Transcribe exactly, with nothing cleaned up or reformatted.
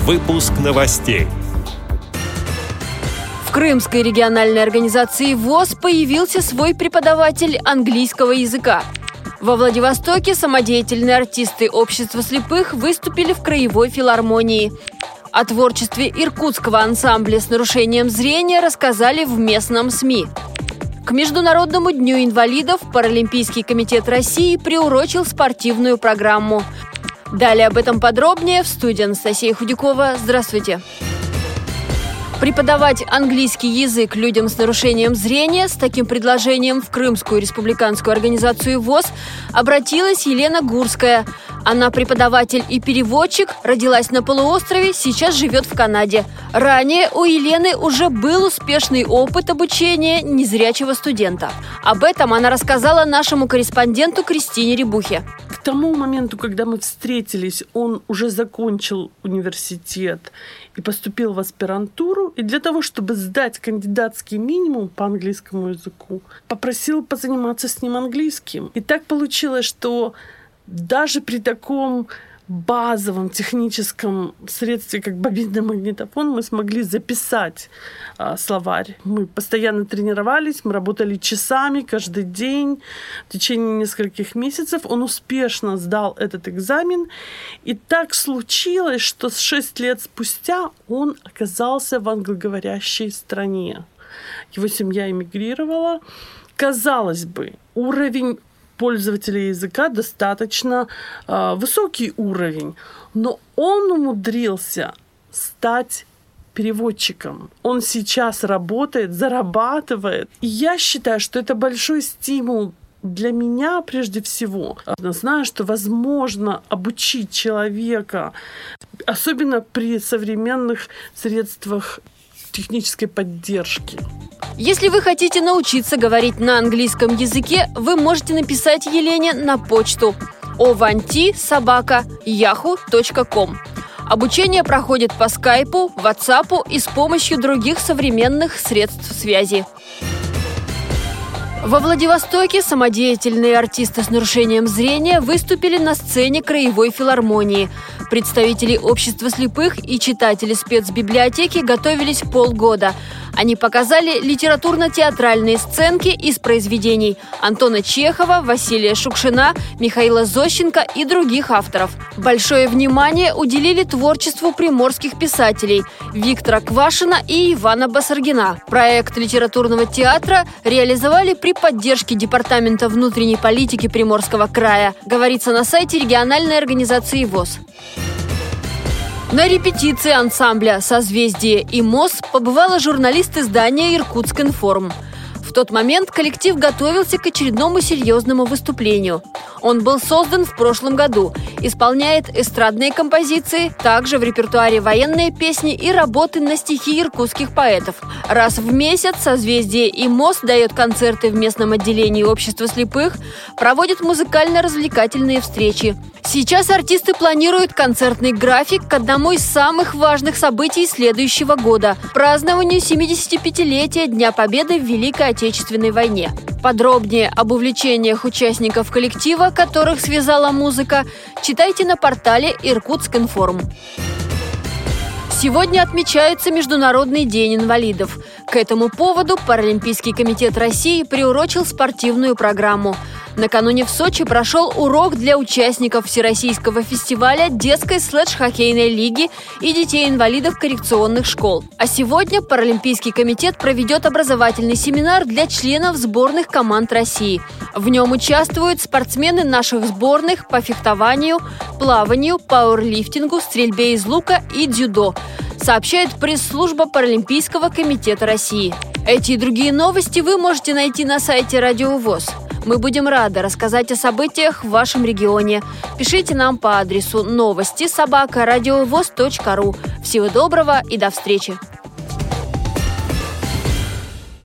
Выпуск новостей. В Крымской региональной организации ВОС появился свой преподаватель английского языка. Во Владивостоке самодеятельные артисты общества слепых выступили в Краевой филармонии. О творчестве иркутского ансамбля с нарушением зрения рассказали в местном СМИ. К Международному дню инвалидов Паралимпийский комитет России приурочил спортивную программу. Далее об этом подробнее в студии Анастасия Худякова. Здравствуйте. Преподавать английский язык людям с нарушением зрения с таким предложением в Крымскую республиканскую организацию ВОС обратилась Елена Гурская. Она преподаватель и переводчик, родилась на полуострове, сейчас живет в Канаде. Ранее у Елены уже был успешный опыт обучения незрячего студента. Об этом она рассказала нашему корреспонденту Кристине Рябухе. К тому моменту, когда мы встретились, он уже закончил университет и поступил в аспирантуру. И для того, чтобы сдать кандидатский минимум по английскому языку, попросил позаниматься с ним английским. И так получилось, что даже при таком базовом техническом средстве, как бобинный магнитофон, мы смогли записать а, словарь. Мы постоянно тренировались, мы работали часами каждый день в течение нескольких месяцев. Он успешно сдал этот экзамен. И так случилось, что шесть лет спустя он оказался в англоговорящей стране. Его семья эмигрировала. Казалось бы, уровень пользователя языка достаточно э, высокий уровень, но он умудрился стать переводчиком. Он сейчас работает, зарабатывает. И я считаю, что это большой стимул для меня прежде всего. Знаю, что возможно обучить человека, особенно при современных средствах технической поддержки. Если вы хотите научиться говорить на английском языке, вы можете написать Елене на почту ованти собака яху точка ком. Обучение проходит по скайпу, ватсапу и с помощью других современных средств связи. Во Владивостоке самодеятельные артисты с нарушением зрения выступили на сцене Краевой филармонии. Представители общества слепых и читатели спецбиблиотеки готовились полгода. Они показали литературно-театральные сценки из произведений Антона Чехова, Василия Шукшина, Михаила Зощенко и других авторов. Большое внимание уделили творчеству приморских писателей Виктора Квашина и Ивана Басаргина. Проект литературного театра реализовали при поддержке Департамента внутренней политики Приморского края, говорится на сайте региональной организации ВОС. На репетиции ансамбля «Созвездие» и МОЗ побывала журналист издания «Иркутскинформ». В тот момент коллектив готовился к очередному серьезному выступлению. Он был создан в прошлом году, исполняет эстрадные композиции, также в репертуаре военные песни и работы на стихи иркутских поэтов. Раз в месяц «Созвездие» и МОЗ дает концерты в местном отделении общества слепых, проводят музыкально-развлекательные встречи. Сейчас артисты планируют концертный график к одному из самых важных событий следующего года – празднованию семидесятипятилетия Дня Победы в Великой Отечественной войне. Подробнее об увлечениях участников коллектива, которых связала музыка, читайте на портале «Иркутскинформ». Сегодня отмечается Международный день инвалидов. К этому поводу Паралимпийский комитет России приурочил спортивную программу. Накануне в Сочи прошел урок для участников Всероссийского фестиваля детской слэдж-хоккейной лиги и детей-инвалидов коррекционных школ. А сегодня Паралимпийский комитет проведет образовательный семинар для членов сборных команд России. В нем участвуют спортсмены наших сборных по фехтованию, плаванию, пауэрлифтингу, стрельбе из лука и дзюдо, сообщает пресс-служба Паралимпийского комитета России. Эти и другие новости вы можете найти на сайте Радио ВОС. Мы будем рады рассказать о событиях в вашем регионе. Пишите нам по адресу новости собака радиовос точка ру. Всего доброго и до встречи!